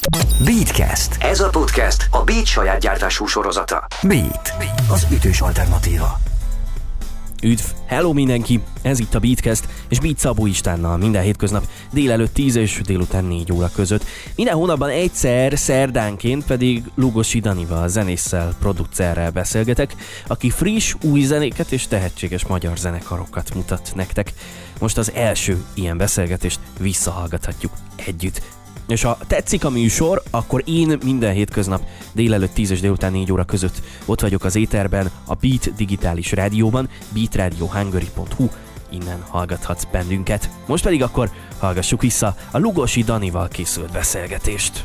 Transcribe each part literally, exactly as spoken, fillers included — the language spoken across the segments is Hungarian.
Beatcast. Ez a podcast a Beat saját gyártású sorozata. Beat, az ütős alternatíva. Üdv! Hello mindenki! Ez itt a Beatcast, és Beat Szabó Istvánnal minden hétköznap délelőtt tíz és délután négy óra között. Minden hónapban egyszer, szerdánként pedig Lugosi Danival, zenésszel, producerrel beszélgetek, aki friss, új zenéket és tehetséges magyar zenekarokat mutat nektek. Most az első ilyen beszélgetést visszahallgathatjuk együtt. És ha tetszik a műsor, akkor én minden hétköznap délelőtt tíz és délután négy óra között ott vagyok az éterben, a Beat digitális rádióban, beat radio hungary pont hu, innen hallgathatsz bennünket. Most pedig akkor hallgassuk vissza a Lugosi Danival készült beszélgetést.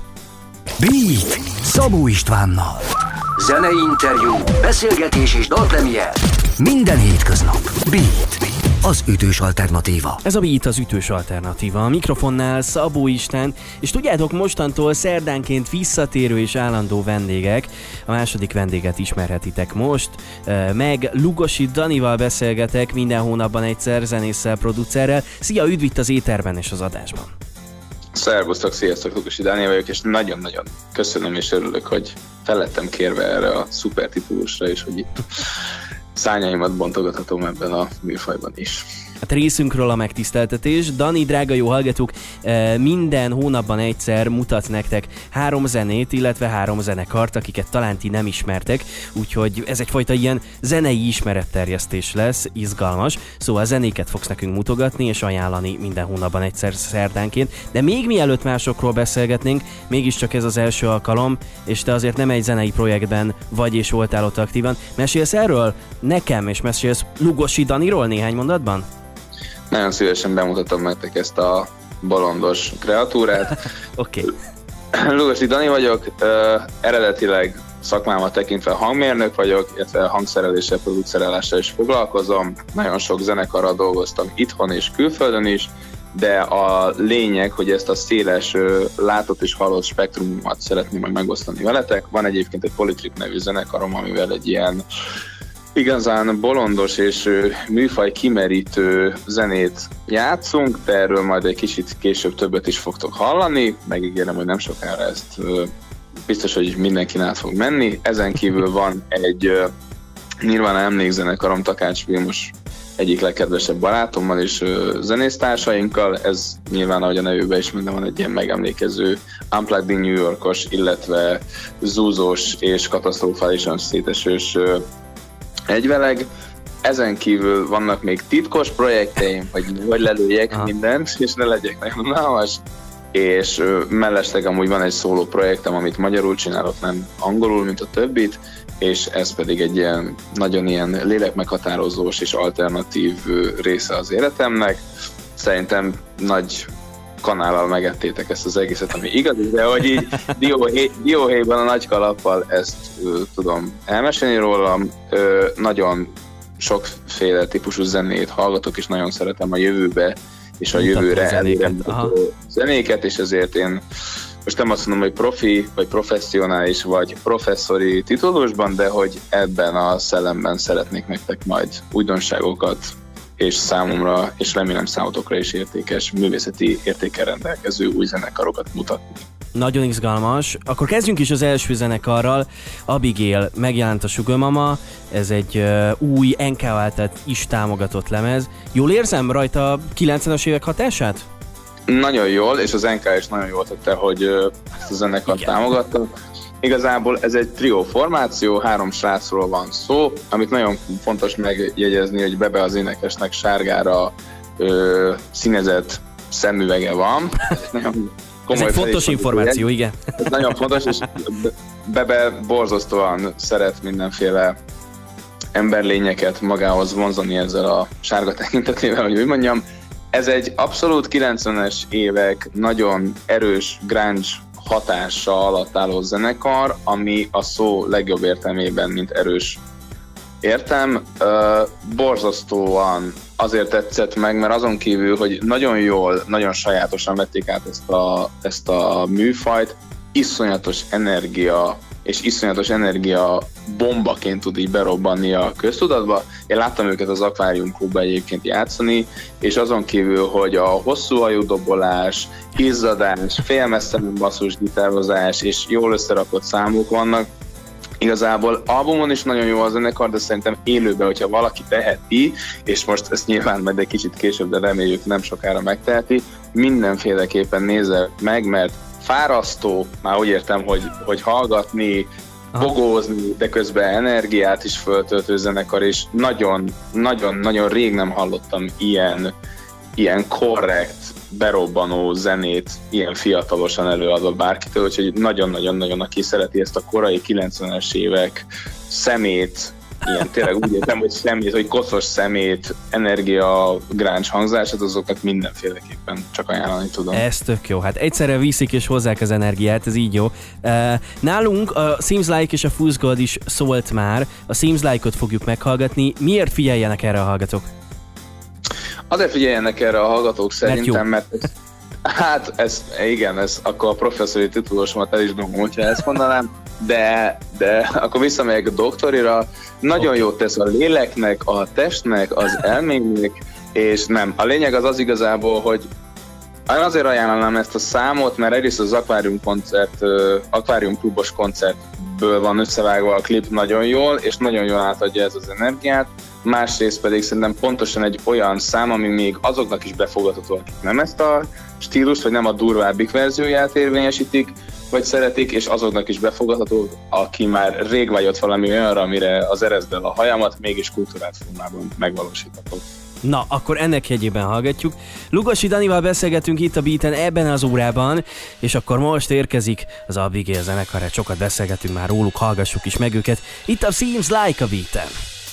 Beat Szabó Istvánnal. Zenei interjú, beszélgetés és dalpremier. Minden hétköznap. Beat, az ütős alternatíva. Ez a Beat az ütős alternatíva. A mikrofonnál Szabó István, és tudjátok, mostantól szerdánként visszatérő és állandó vendégek. A második vendéget ismerhetitek most. Meg Lugosi Danival beszélgetek minden hónapban egyszer, zenésszel, producerrel. Szia, üdv itt az éterben és az adásban. Szervusztok, sziasztok, Lugosi Dániel vagyok, és nagyon-nagyon köszönöm és örülök, hogy fel lettem kérve erre a szuper titulusra, és hogy itt szárnyaimat bontogathatom ebben a műfajban is. Hát részünkről a megtiszteltetés. Dani, drága jó hallgatók, minden hónapban egyszer mutat nektek három zenét, illetve három zenekart, akiket talán ti nem ismertek, úgyhogy ez egyfajta ilyen zenei ismeretterjesztés lesz, izgalmas. Szóval zenéket fogsz nekünk mutogatni és ajánlani minden hónapban egyszer szerdánként. De még mielőtt másokról beszélgetnénk, mégiscsak ez az első alkalom, és te azért nem egy zenei projektben vagy és voltál ott aktívan. Mesélsz erről nekem, és mesélsz Lugosi Daniról néhány mondatban? Nagyon szívesen bemutatom nektek ezt a bolondos kreatúrát. Oké. Okay. Lugosi Dani vagyok, uh, eredetileg szakmámat tekintve hangmérnök vagyok, illetve hangszereléssel, producerelással is foglalkozom. Nagyon sok zenekarral dolgoztam itthon és külföldön is, de a lényeg, hogy ezt a széles uh, látott és hallott spektrumot szeretném majd megosztani veletek. Van egyébként egy Polytrip nevű zenekarom, amivel egy ilyen igazán bolondos és műfaj kimerítő zenét játszunk, de erről majd egy kicsit később többet is fogtok hallani. Megígérem, hogy nem sokára ezt biztos, hogy mindenkin át fog menni. Ezen kívül van egy Nirvana emlékzenekarom Takács Vilmos egyik legkedvesebb barátommal és zenésztársainkkal. Ez nyilván, ahogy a nevében is minden van, egy ilyen megemlékező Unplugged in New Yorkos, illetve zúzós és katasztrofálisan szétesős egyveleg. Ezen kívül vannak még titkos projekteim, hogy vagy lelőjek Aha. mindent, és ne legyek nagyon unalmas. És mellesleg amúgy van egy szóló projektem, amit magyarul csinálok, nem angolul, mint a többit, és ez pedig egy ilyen nagyon ilyen lélekmeghatározós és alternatív része az életemnek. Szerintem nagy kanállal megettétek ezt az egészet, ami igaz, de hogy így dióhé, dióhéjban a nagy kalappal ezt ö, tudom elmesélni rólam. Ö, nagyon sokféle típusú zenét hallgatok, és nagyon szeretem a jövőbe és a jövőre előre zenéket, és ezért én most nem azt mondom, hogy profi, vagy professzionális, vagy professzori titulusban, de hogy ebben a szellemben szeretnék nektek majd újdonságokat, és számomra, és remélem számotokra is értékes, művészeti értékkel rendelkező új zenekarokat mutatni. Nagyon izgalmas. Akkor kezdjünk is az első zenekarral. Abigail megjelent a Sugar Mama, ez egy uh, új en ká által is támogatott lemez. Jól érzem rajta a kilencvenes évek hatását? Nagyon jól, és az en ká is nagyon jól tette, hogy uh, ezt a zenekart támogatta. Igazából ez egy trió formáció, három srácról van szó, amit nagyon fontos megjegyezni, hogy Bebe az énekesnek sárgára ö, színezett szemüvege van. Ez egy fontos információ, igen. Ez nagyon fontos, és Bebe borzasztóan szeret mindenféle emberlényeket magához vonzani ezzel a sárga tekintetével, hogy úgy mondjam. Ez egy abszolút kilencvenes évek nagyon erős grunge hatása alatt álló zenekar, ami a szó legjobb értelmében, mint erős értem. Uh, borzasztóan azért tetszett meg, mert azon kívül, hogy nagyon jól, nagyon sajátosan vették át ezt a, ezt a műfajt, iszonyatos energia és iszonyatos energia bombaként tud így berobbanni a köztudatba. Én láttam őket az Aquarium Klubban egyébként játszani, és azon kívül, hogy a hosszú hajú dobolás, izzadás, félmeztelenül basszusgitározás és jól összerakott számok vannak, igazából albumon is nagyon jó a zenekar, de szerintem élőben, hogyha valaki teheti, és most ezt nyilván majd egy kicsit később, de reméljük nem sokára megteheti, mindenféleképpen nézze meg, mert fárasztó, már úgy értem, hogy, hogy hallgatni, bogózni, de közben energiát is föltöltő zenekar, és nagyon-nagyon rég nem hallottam ilyen, ilyen korrekt, berobbanó zenét ilyen fiatalosan előadva bárkitől, úgyhogy nagyon-nagyon-nagyon, aki szereti ezt a korai kilencvenes évek szemét, ilyen tényleg úgy értem, hogy szemét, hogy koszos szemét, energia, grunge hangzását, azoknak mindenféleképpen csak ajánlani tudom. Ez tök jó, hát egyszerre viszik és hozzák az energiát, ez így jó. Uh, nálunk a Seems Like és a Fool's Gold is szólt már, a Seems Like-ot fogjuk meghallgatni. Miért figyeljenek erre a hallgatók? Azért figyeljenek erre a hallgatók szerintem, mert, mert hát ez, igen, ez akkor a professzori titulusomat el is dobom, hogyha ezt mondanám, de, de akkor visszamegyek a doktorira, nagyon okay. Jót tesz a léleknek, a testnek, az elmének, és nem, a lényeg az az igazából, hogy én azért ajánlanám ezt a számot, mert egyrészt az Aquarium koncert, Aquarium klubos koncertből van összevágva a klip nagyon jól, és nagyon jól átadja ez az energiát, másrészt pedig szerintem pontosan egy olyan szám, ami még azoknak is befogadható, akik nem ezt a stílust, vagy nem a durvábbik verzióját érvényesítik, vagy szeretik, és azoknak is befogadható, aki már rég vágyott valami olyanra, amire az ereszből a hajamat mégis kultúrát formában megvalósítható. Na, akkor ennek jegyében hallgatjuk. Lugosi Danival beszélgetünk itt a Beaten ebben az órában, és akkor most érkezik az Abigail zenekar, hát sokat beszélgetünk már róluk, hallgassuk is meg őket. Itt a Seems Like a Beaten.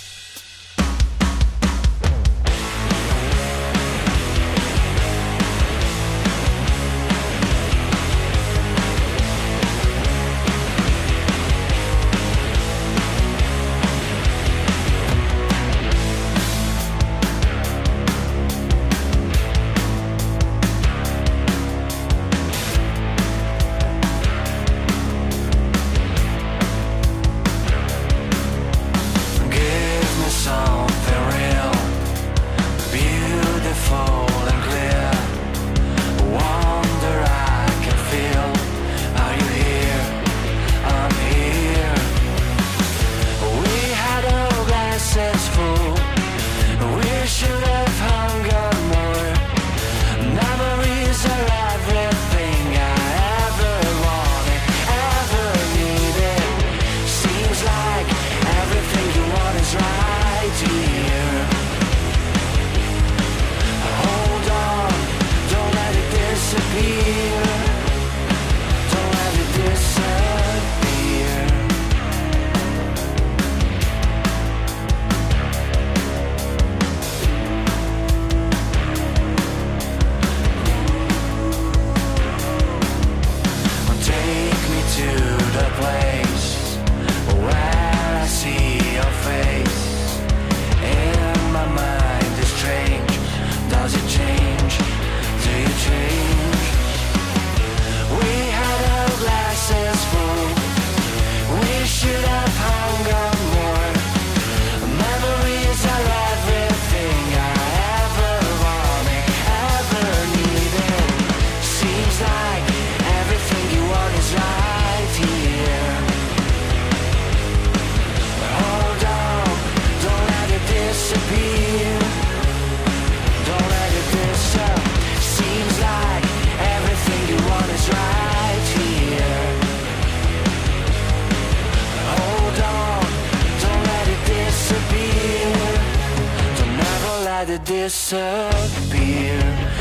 Disappear,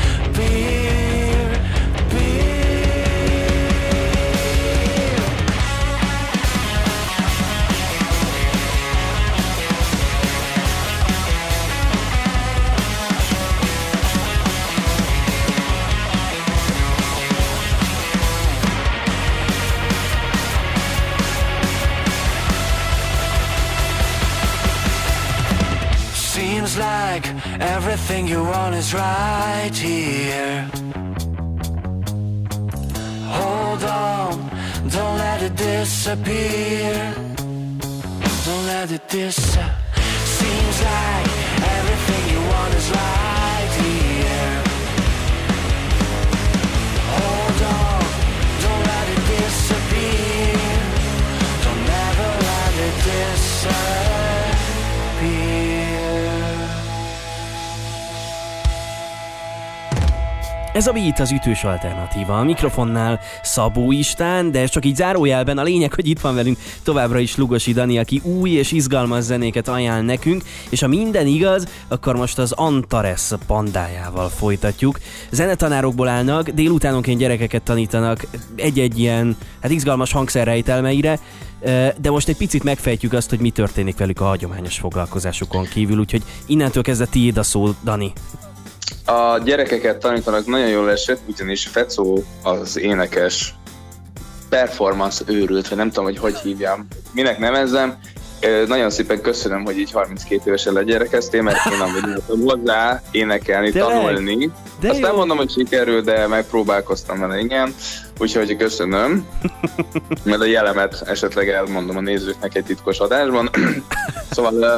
beer, beer. Seems like everything you want is right here. Hold on, don't let it disappear. Don't let it disappear. Seems like everything you want is right here. Hold on, don't let it disappear. Don't ever let it disappear. Ez a Beat, az ütős alternatíva. A mikrofonnál Szabó István, de ez csak így zárójelben. A lényeg, hogy itt van velünk továbbra is Lugosi Dani, aki új és izgalmas zenéket ajánl nekünk, és ha minden igaz, akkor most az Antares bandájával folytatjuk. Zenetanárokból állnak, délutánonként gyerekeket tanítanak egy-egy ilyen hát izgalmas hangszerrejtelmeire, de most egy picit megfejtjük azt, hogy mi történik velük a hagyományos foglalkozásukon kívül, úgyhogy innentől kezdve tiéd a szó, Dani. A gyerekeket tanítanak, nagyon jól esett, ugyanis Fecó az énekes performance őrült, vagy nem tudom, hogy hogy hívjam, minek nevezzem. Nagyon szépen köszönöm, hogy így harminckét évesen legyerekeztél, mert én amúgy voltam hozzá énekelni, de tanulni. De Azt jó. Nem mondom, hogy sikerül, de megpróbálkoztam vele, igen. Úgyhogy köszönöm, mert a jelemet esetleg elmondom a nézőknek egy titkos adásban. Szóval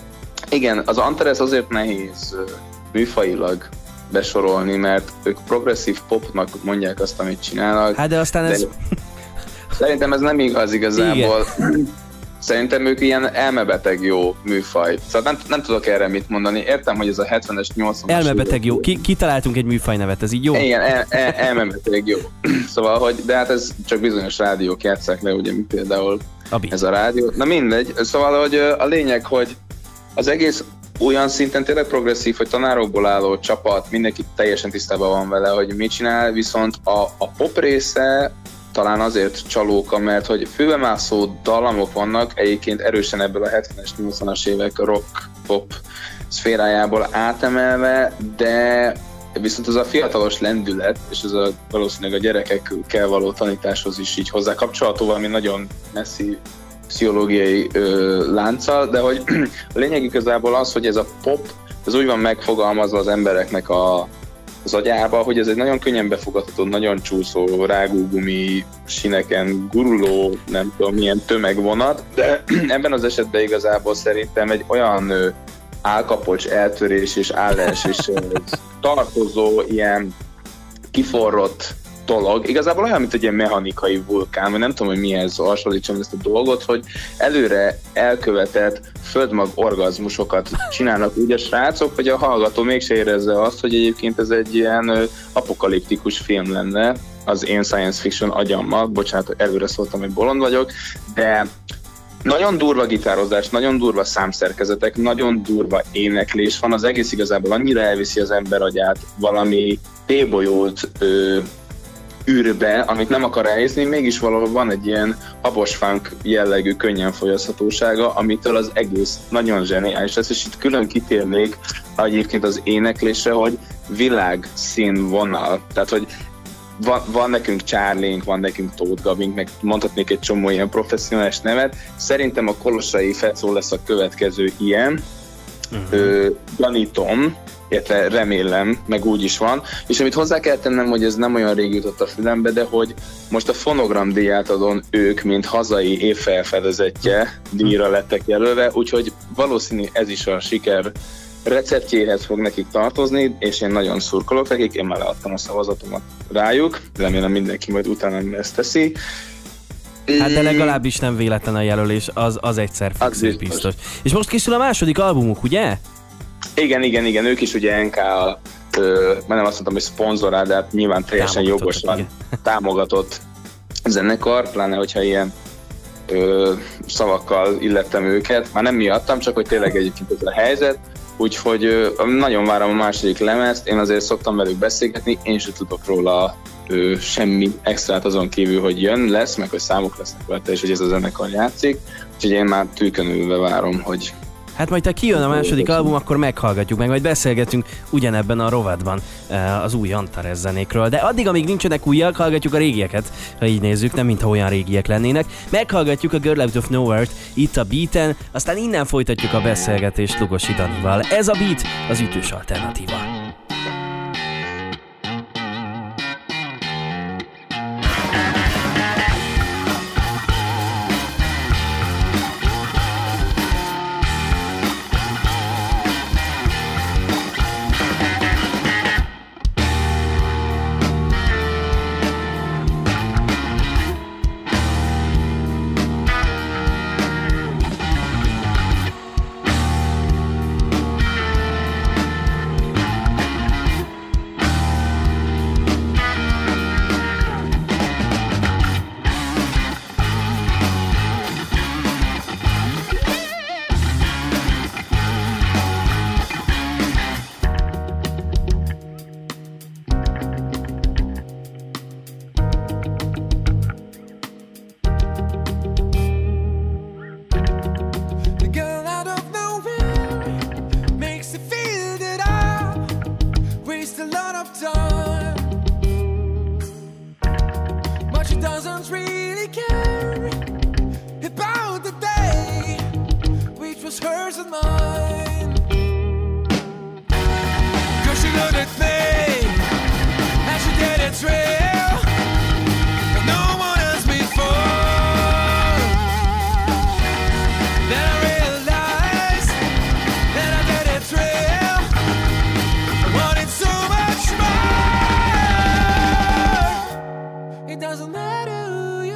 igen, az Antares azért nehéz műfajilag besorolni, mert ők progresszív popnak mondják azt, amit csinálnak. Hát de aztán ez... De szerintem ez nem igaz igazából. Igen. Szerintem ők ilyen elmebeteg jó műfaj. Szóval nem, nem tudok erre mit mondani. Értem, hogy ez a hetvenes, nyolcvanas... Elmebeteg jó. Ki, kitaláltunk egy műfajnevet, ez így jó? Igen, el, el, elmebeteg jó. Szóval, hogy, de hát ez csak bizonyos rádiók játsszák le, ugye, mint például a ez a rádió. Na mindegy. Szóval, hogy a lényeg, hogy az egész olyan szinten tényleg progresszív, hogy tanárokból álló csapat, mindenki teljesen tisztában van vele, hogy mit csinál, viszont a, a pop része talán azért csalóka, mert hogy főbemászó dallamok vannak, egyébként erősen ebből a hetvenes, nyolcvanas évek rock-pop szférájából átemelve, de viszont az a fiatalos lendület, és ez a, valószínűleg a gyerekekkel való tanításhoz is így hozzá kapcsolható, valami nagyon messzi pszichológiai ö, lánccal, de hogy a lényeg igazából az, hogy ez a pop, ez úgy van megfogalmazva az embereknek a, az agyába, hogy ez egy nagyon könnyen befogadható, nagyon csúszó, rágógumi, sineken guruló, nem tudom milyen tömegvonat, de ebben az esetben igazából szerintem egy olyan ö, állkapocs, eltörés és állás és tartozó ilyen kiforrott dolog. Igazából olyan, mint egy ilyen mechanikai vulkán, vagy nem tudom, hogy mihez hasonlítsam ezt a dolgot, hogy előre elkövetett földmag orgazmusokat csinálnak úgy a srácok, hogy a hallgató mégse érezze azt, hogy egyébként ez egy ilyen apokaliptikus film lenne az én science fiction agyammal. Bocsánat, előre szóltam, hogy bolond vagyok, de nagyon durva gitározás, nagyon durva számszerkezetek, nagyon durva éneklés van, az egész igazából annyira elviszi az ember agyát valami tébolyót ö, űrbe, amit nem akar elhiszni, mégis valahol van egy ilyen habos funk jellegű, könnyen fogyaszthatósága, amitől az egész nagyon zseniális lesz, és itt külön kitérnék egyébként az éneklésre, hogy világszínvonal. Tehát, hogy van, van nekünk Charlie-nk, van nekünk Tóth Gabink, meg mondhatnék egy csomó ilyen professzionális nevet. Szerintem a Kolossai Fecó lesz a következő ilyen. Uh-huh. Gyanítom, illetve remélem, meg úgy is van. És amit hozzá kell tennem, hogy ez nem olyan rég jutott a fülembe, de hogy most a Fonogram díjátadón ők, mint hazai évfelfedezetje díjra lettek jelölve, úgyhogy valószínű ez is a siker receptjéhez fog nekik tartozni, és én nagyon szurkolok nekik, én már leadtam a szavazatomat rájuk, remélem mindenki majd utána ezt teszi. Hát de legalábbis nem véletlen a jelölés, az, az egyszer fix, biztos. biztos. És most készül a második albumuk, ugye? Igen, igen, igen, ők is ugye en ká, mert nem azt mondtam, hogy szponzorál, de hát nyilván teljesen jogosan támogatott zenekar, pláne hogyha ilyen ö, szavakkal illettem őket. Már nem miattam, csak hogy tényleg egyébként ez a helyzet. Úgyhogy ö, nagyon várom a második lemezt, én azért szoktam velük beszélgetni, én sem tudok róla ö, semmi extrát azon kívül, hogy jön, lesz, meg hogy számok lesznek rajta, és hogy ez a zenekar játszik. Úgyhogy én már tűkönülve várom, hogy hát majd, ha kijön a második album, akkor meghallgatjuk meg, majd beszélgetünk ugyanebben a rovatban az új Antares zenékről. De addig, amíg nincsenek újak, hallgatjuk a régieket, ha így nézzük, nem mintha olyan régiek lennének. Meghallgatjuk a Girl Out of Nowhere-t itt a Beaten, aztán innen folytatjuk a beszélgetést Lugosi Danival. Ez a Beat, az ütős alternatíva. really care about the day which was hers and mine. Cause she looked at me and she did it real, but no one else before. Then I realized that I did it real. I wanted so much more. It doesn't matter who you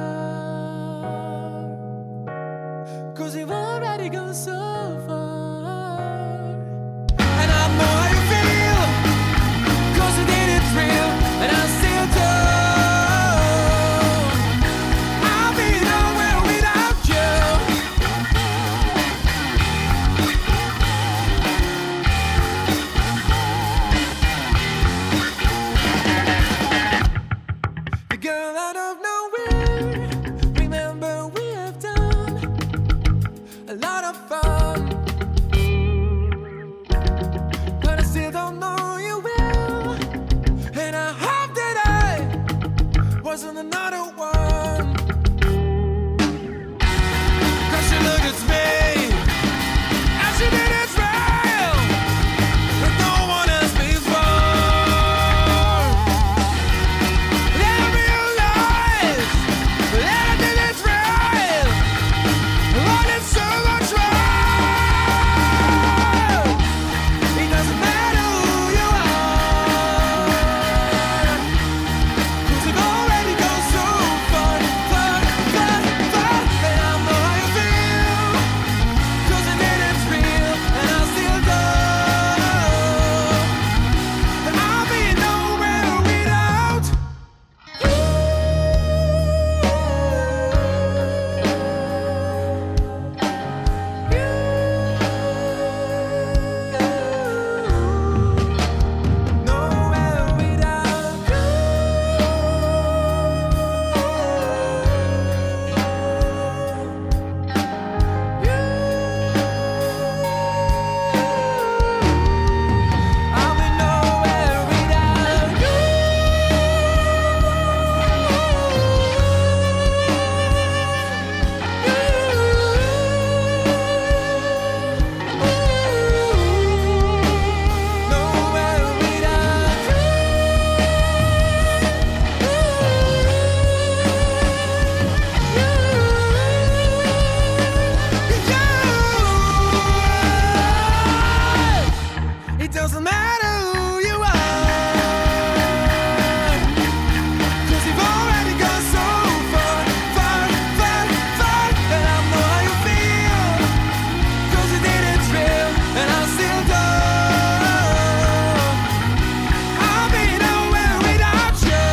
are, cause you've already gone so far. And I know how you feel, cause I did it real, and I still do. I'll be nowhere without you. The girl out of nowhere, remember we have done a lot of fun, but I still don't know you well, and I hope that I wasn't another one. Cause she looked at me and she did it real, with no one else before. Then I realized that I did it real. I wanted so much more. It doesn't matter who you are, cause you've already gone so far, far, far, far. And I know how you feel, cause I did it real, and I still do. But I'll be nowhere without you. Nowhere without you. I'll be nowhere without you. Nowhere without you. It doesn't matter who you are, cause you've already gone so far, far, far, far. And I know how you feel, cause you did it real, and I still do. I'll be nowhere without you.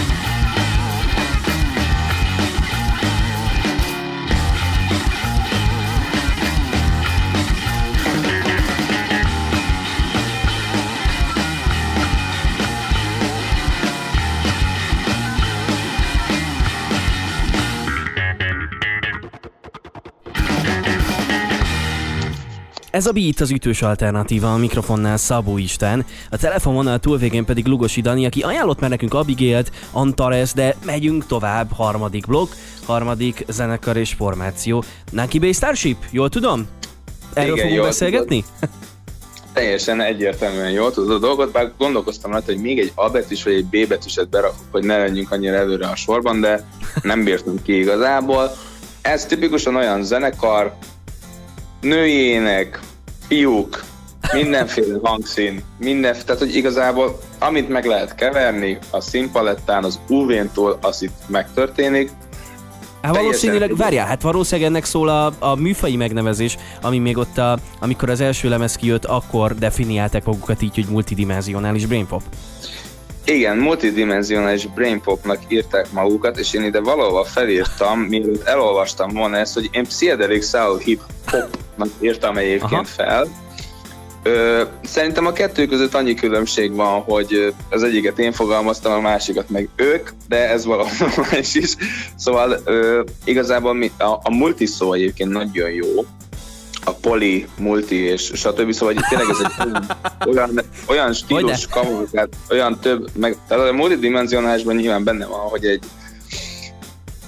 Ez a Beat az ütős alternatíva, a mikrofonnál Szabó István, a telefonvonal túlvégén pedig Lugosi Dani, aki ajánlott már nekünk Abigail-t, Antares, de megyünk tovább, harmadik blokk, harmadik zenekar és formáció. Naki Bay Starship, jól tudom? Erről Igen, fogunk jól beszélgetni? Teljesen egyértelműen jól tudod a dolgot, bár gondolkoztam rajta, hogy még egy A betűs vagy egy B betűset berakok, hogy ne legyünk annyira előre a sorban, de nem bírtunk ki igazából. Ez tipikusan olyan zenekar, női ének, fiúk, mindenféle hangszín, minden, tehát hogy igazából amit meg lehet keverni a színpalettán, az ú vén-tól, az itt megtörténik. Hát valószínűleg, várjál, hát valószínűleg ennek szól a, a műfaji megnevezés, ami még ott, a, amikor az első lemez kijött, akkor definiálták magukat így, hogy multidimensionális brainpop. Igen, multidimensionális brainpopnak írták magukat, és én ide valahol felírtam, mielőtt elolvastam volna ezt, hogy én psychedelic soul hip-hopnak írtam egyébként Aha. fel. Ö, szerintem a kettő között annyi különbség van, hogy az egyiket én fogalmaztam, a másikat meg ők, de ez valahol más is. Szóval ö, igazából mi, a, a multi szó egyébként nagyon jó, a poli, multi és stb. Szóval tényleg ez egy olyan, olyan, olyan stílus kamunkát, olyan több, meg, tehát a multidimensionálisban nyilván benne van, hogy egy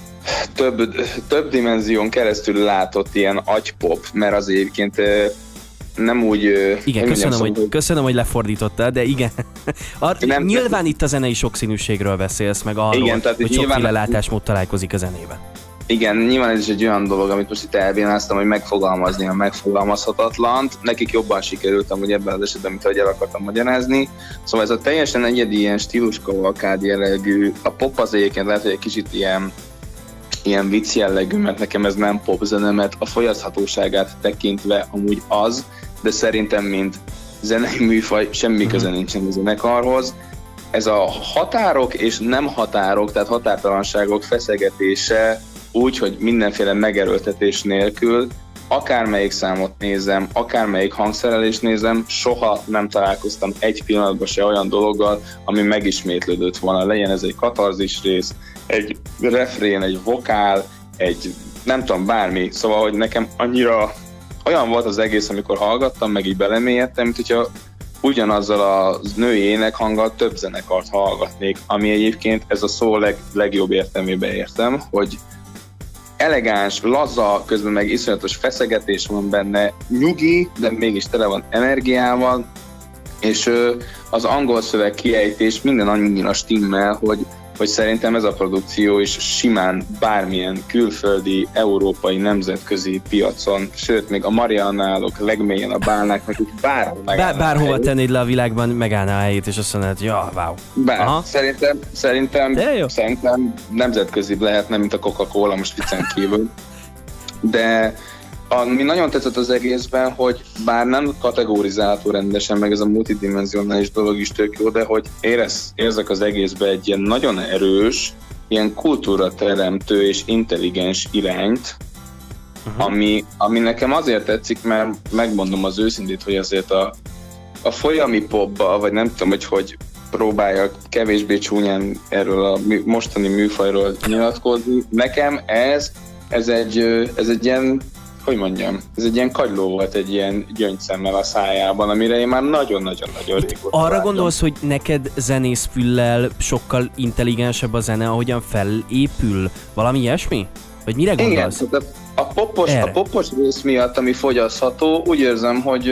több, több dimenzión keresztül látott ilyen agypop, mert az egyébként nem úgy... Igen, köszönöm, hogy, hogy, köszönöm, hogy lefordítottál, de igen. Ar- nem, nyilván nem. Itt a zenei sokszínűségről beszélsz, meg arról, igen, tehát hogy nyilván... sokféle látásmód találkozik a zenében. Igen, nyilván ez is egy olyan dolog, amit most itt elbénáztam, hogy megfogalmazni a megfogalmazhatatlant. Nekik jobban sikerült amúgy ebben az esetben, mint ahogy el akartam magyarázni. Szóval ez a teljesen egyedi ilyen stíluskavalkád jellegű, a pop az egyébként lehet, hogy egy kicsit ilyen, ilyen vicc jellegű, mert nekem ez nem pop zene, mert a fogyaszthatóságát tekintve amúgy az, de szerintem mint zenei műfaj semmi köze nincsen a zenekarhoz. Ez a határok és nem határok, tehát határtalanságok feszegetése úgy, hogy mindenféle megerőltetés nélkül, akármelyik számot nézem, akármelyik hangszerelést nézem, soha nem találkoztam egy pillanatban se olyan dologgal, ami megismétlődött volna. Legyen ez egy katarzis rész, egy refrén, egy vokál, egy nem tudom, bármi. Szóval, hogy nekem annyira olyan volt az egész, amikor hallgattam, meg így belemélyedtem, mint hogyha ugyanazzal a női énekhanggal több zenekart hallgatnék, ami egyébként ez a szó leg, legjobb értelmében értem, hogy elegáns, laza, közben meg iszonyatos feszegetés van benne, nyugi, de mégis tele van energiával, és az angol szöveg kiejtés minden annyira stimmel, hogy, hogy szerintem ez a produkció is simán bármilyen külföldi, európai, nemzetközi piacon, sőt, még a Mariannálok legmélyen a bálnáknak, úgy bárhol megállná. Bárhova tennéd le a világban, megállná a helyét, és azt mondanád, ja, wow. Bár, szerintem, szerintem, szerintem nemzetközi lehetne, mint a Coca-Cola, most viccen kívül. De ami nagyon tetszett az egészben, hogy bár nem kategorizálható rendesen, meg ez a multidimensionális dolog is tök jó, de hogy érez, érzek az egészben egy ilyen nagyon erős, ilyen kultúrateremtő és intelligens irányt, uh-huh. ami, ami nekem azért tetszik, mert megmondom az őszintét, hogy azért a, a folyami popba, vagy nem tudom, hogy hogy próbáljak kevésbé csúnyán erről a mostani műfajról nyilatkozni. Nekem ez, ez egy, ez egy ilyen, hogy mondjam, ez egy ilyen kagyló volt egy ilyen gyöngyszemmel a szájában, amire én már nagyon-nagyon-nagyon régóta arra vágyom. Gondolsz, hogy neked zenészfüllel sokkal intelligensebb a zene, ahogyan felépül? Valami ilyesmi? Vagy mire gondolsz? Igen, tehát a popos, a popos rész miatt, ami fogyasztható, úgy érzem, hogy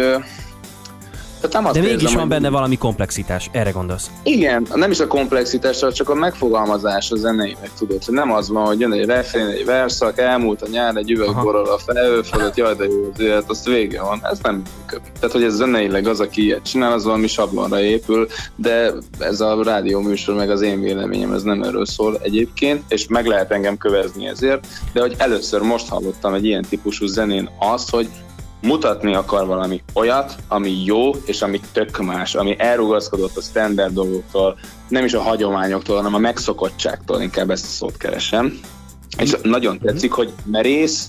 Tehát nem azt De mégis érzem, van hogy... benne valami komplexitás, erre gondolsz? Igen, nem is a komplexitásra, csak a megfogalmazás a zeneinek, tudod, hogy nem az van, hogy jön egy refrén, egy verszak, elmúlt a nyár, egy üvegborral a felhő fölött, jaj, de jó az élet, azt vége van. Ez nem működik. Tehát, hogy ez zeneileg az, aki ilyet csinál, az valami sablonra épül, de ez a rádió műsor, meg az én véleményem, ez nem erről szól egyébként, és meg lehet engem kövezni ezért, de hogy először most hallottam egy ilyen típusú zenén azt, hogy mutatni akar valami olyat, ami jó, és ami tök más, ami elrugaszkodott a standard dolgoktól, nem is a hagyományoktól, hanem a megszokottságtól, inkább ezt a szót keresem. És nagyon tetszik, hogy merész,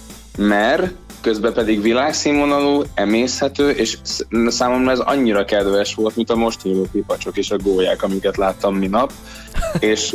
mer, közben pedig világszínvonalú, emészhető, és számomra ez annyira kedves volt, mint a most élő pipacsok és a gólyák, amiket láttam minap, és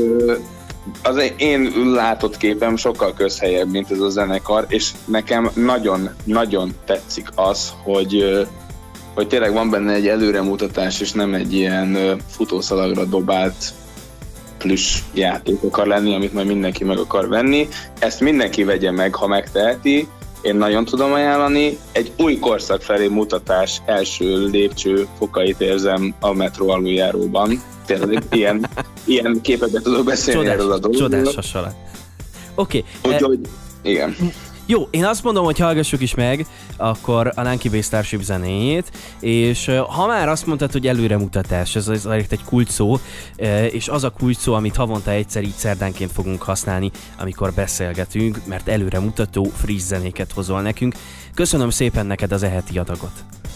az én látott képem sokkal közhelyebb, mint ez a zenekar, és nekem nagyon-nagyon tetszik az, hogy, hogy tényleg van benne egy előremutatás, és nem egy ilyen futószalagra dobált plüss játék akar lenni, amit majd mindenki meg akar venni. Ezt mindenki vegye meg, ha megteheti. Én nagyon tudom ajánlani. Egy új korszak felé mutatás első lépcső fokait érzem a metró aluljáróban. Tényleg ilyen, ilyen képeket tudok beszélni Csodás, erről a dologról. Csodás hasonlat. Oké. Okay. Úgyhogy, igen. Jó, én azt mondom, hogy hallgassuk is meg akkor a Lanky Bay Starship zenéjét, és ha már azt mondtad, hogy előremutatás, ez az egy kulcs szó, és az a kulcs szó, amit havonta egyszer így szerdánként fogunk használni, amikor beszélgetünk, mert előremutató friss zenéket hozol nekünk. Köszönöm szépen neked az eheti adagot.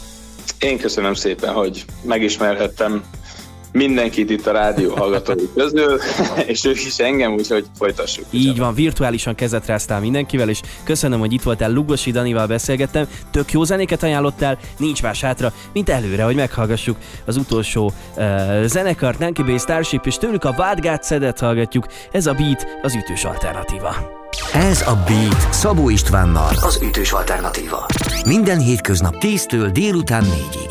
Én köszönöm szépen, hogy megismerhettem mindenkit itt a rádió hallgatói közül, és ők is engem, úgyhogy folytassuk. Így van, virtuálisan kezet ráztál mindenkivel, és köszönöm, hogy itt voltál, Lugosi Danival beszélgettem, tök jó zenéket ajánlottál, nincs más hátra, mint előre, hogy meghallgassuk az utolsó uh, zenekart, Lanky Bay Starship, és tőlük a Vádgát Szedet hallgatjuk, ez a Beat, az ütős alternatíva. Ez a Beat Szabó Istvánnal, az ütős alternatíva. Minden hétköznap tíztől délután négyig.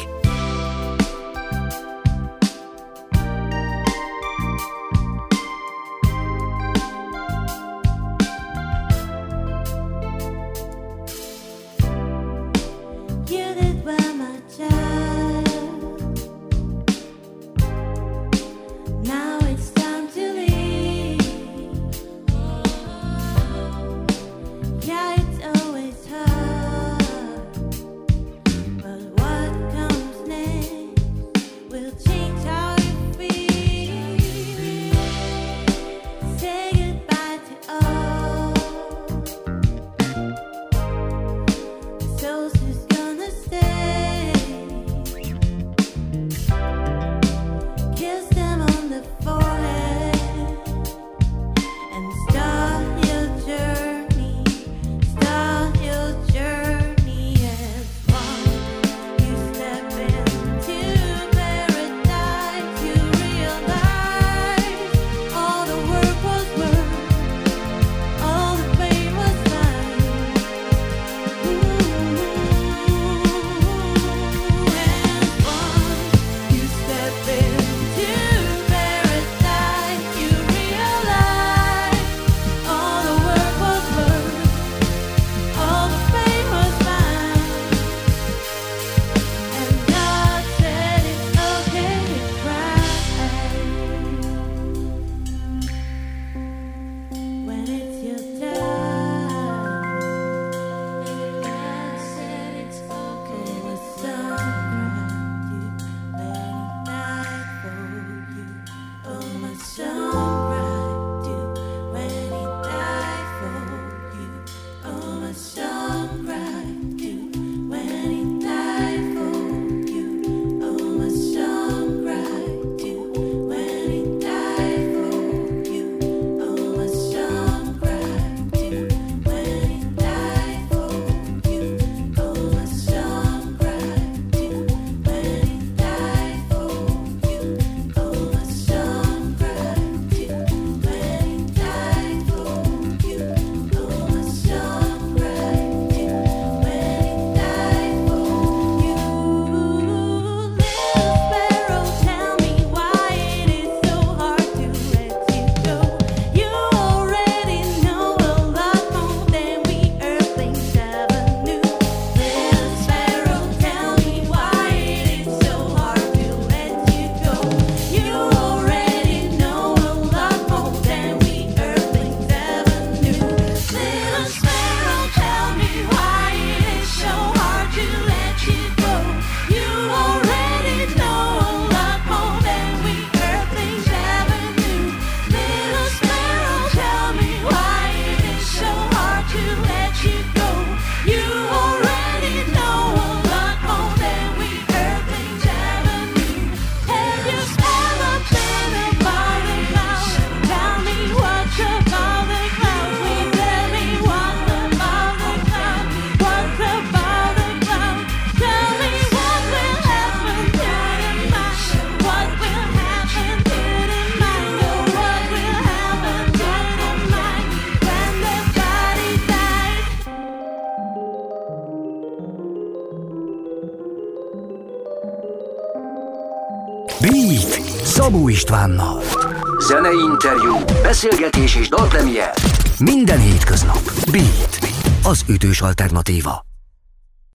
Beat Szabó Istvánnal. Zenei interjú, beszélgetés és dalpremier. Minden hétköznap. Beat, az ütős alternatíva.